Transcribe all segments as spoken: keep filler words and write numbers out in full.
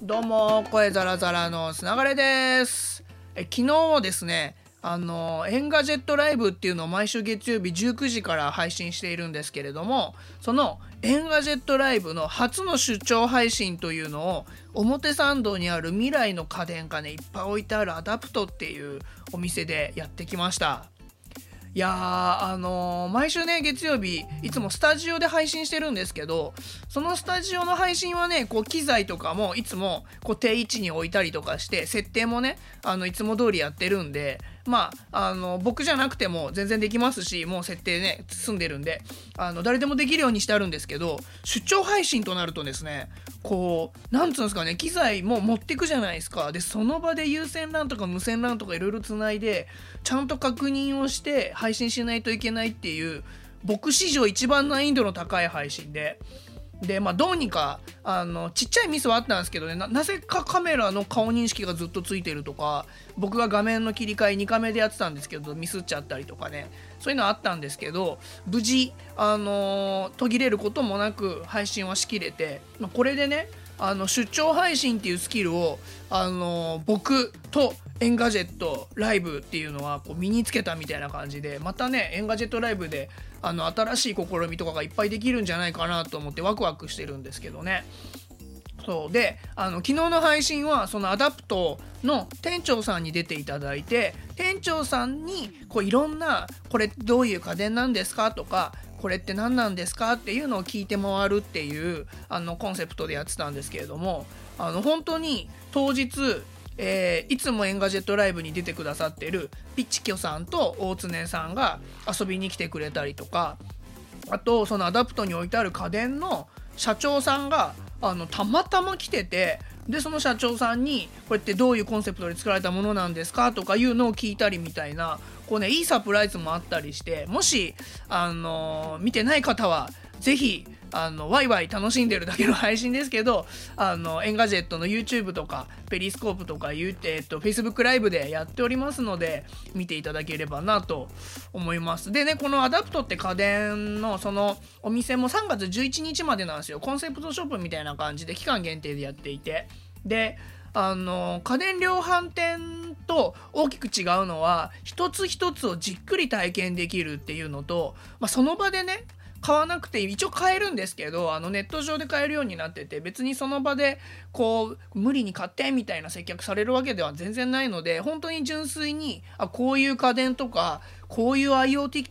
どうも声ザラザラのつながれです。え昨日ですねあのエンガジェットライブっていうのを毎週月曜日じゅうくじから配信しているんですけれども、そのエンガジェットライブの初の出張配信というのを表参道にある未来の家電がねいっぱい置いてあるアダプトっていうお店でやってきました。いやーあのー、毎週ね月曜日いつもスタジオで配信してるんですけど、そのスタジオの配信はねこう機材とかもいつもこう定位置に置いたりとかして設定もねあのいつも通りやってるんで、まああの僕じゃなくても全然できますし、もう設定ね済んでるんであの誰でもできるようにしてあるんですけど、出張配信となるとですねこうなんつうんですかね、機材も持ってくじゃないですか。でその場で有線 ラン とか無線 ラン とかいろいろつないでちゃんと確認をして配信しないといけないっていう、僕史上一番難易度の高い配信ででまあどうにかあのちっちゃいミスはあったんですけどね、 な, なぜかカメラの顔認識がずっとついてるとか、僕が画面の切り替えにカメでやってたんですけどミスっちゃったりとかね、そういうのあったんですけど無事あの途切れることもなく配信はしきれて、まあ、これでねあの出張配信っていうスキルをあの僕とエンガジェットライブっていうのはこう身につけたみたいな感じで、またねエンガジェットライブであの新しい試みとかがいっぱいできるんじゃないかなと思ってワクワクしてるんですけどね。そうであの昨日の配信はそのアダプトの店長さんに出ていただいて、店長さんにこういろんなこれどういう家電なんですかとかこれって何なんですかっていうのを聞いて回るっていうあのコンセプトでやってたんですけれども、あの本当に当日、えー、いつもエンガジェットライブに出てくださってるピッチキョさんと大常さんが遊びに来てくれたりとか、あとそのアダプトに置いてある家電の社長さんがあのたまたま来てて、でその社長さんにこれってどういうコンセプトで作られたものなんですかとかいうのを聞いたりみたいな、こうねいいサプライズもあったりして、もしあのー、見てない方はぜひあのワイワイ楽しんでるだけの配信ですけど、あのエンガジェットの YouTube とかペリスコープとかいう、えっと、Facebook ライブでやっておりますので見ていただければなと思います。でねこのアダプトって家電のそのお店もさんがつじゅういちにちまでなんですよ。コンセプトショップみたいな感じで期間限定でやっていて、であの家電量販店と大きく違うのは一つ一つをじっくり体験できるっていうのと、まあ、その場でね買わなくて一応買えるんですけど、あのネット上で買えるようになってて、別にその場でこう無理に買ってみたいな接客されるわけでは全然ないので、本当に純粋にあこういう家電とかこういう IoT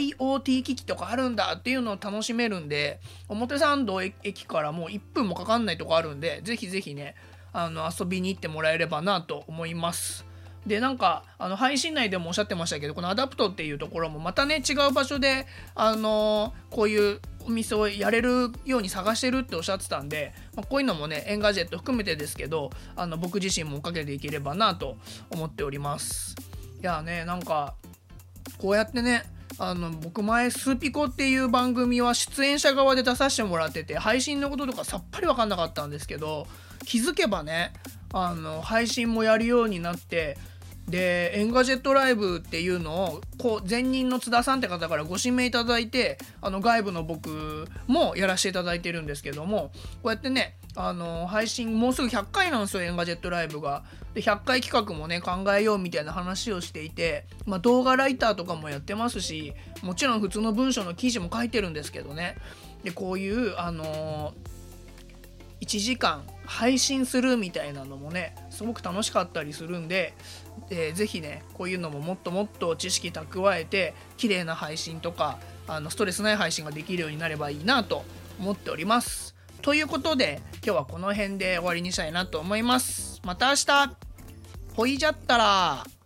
IoT 機器とかあるんだっていうのを楽しめるんで、表参道駅からもういっぷんもかかんないとこあるんで、ぜひぜひねあの遊びに行ってもらえればなと思います。でなんかあの配信内でもおっしゃってましたけど、このアダプトっていうところもまたね違う場所であのー、こういうお店をやれるように探してるっておっしゃってたんで、まあ、こういうのもねエンガジェット含めてですけどあの僕自身も追っかけていければなと思っております。いやねなんかこうやってねあの僕前スーピコっていう番組は出演者側で出させてもらってて、配信のこととかさっぱり分かんなかったんですけど、気づけばねあの配信もやるようになって、でエンガジェットライブっていうのをこう前任の津田さんって方からご指名いただいて、あの外部の僕もやらせていただいてるんですけども、こうやってねあの配信もうすぐひゃっかいなんですよエンガジェットライブが。でひゃっかい企画もね考えようみたいな話をしていて、まあ、動画ライターとかもやってますし、もちろん普通の文章の記事も書いてるんですけどね。でこういうあのーいちじかん配信するみたいなのもねすごく楽しかったりするんで、えー、ぜひねこういうのももっともっと知識蓄えて綺麗な配信とかあのストレスない配信ができるようになればいいなと思っております。ということで今日はこの辺で終わりにしたいなと思います。また明日ほいじゃったら。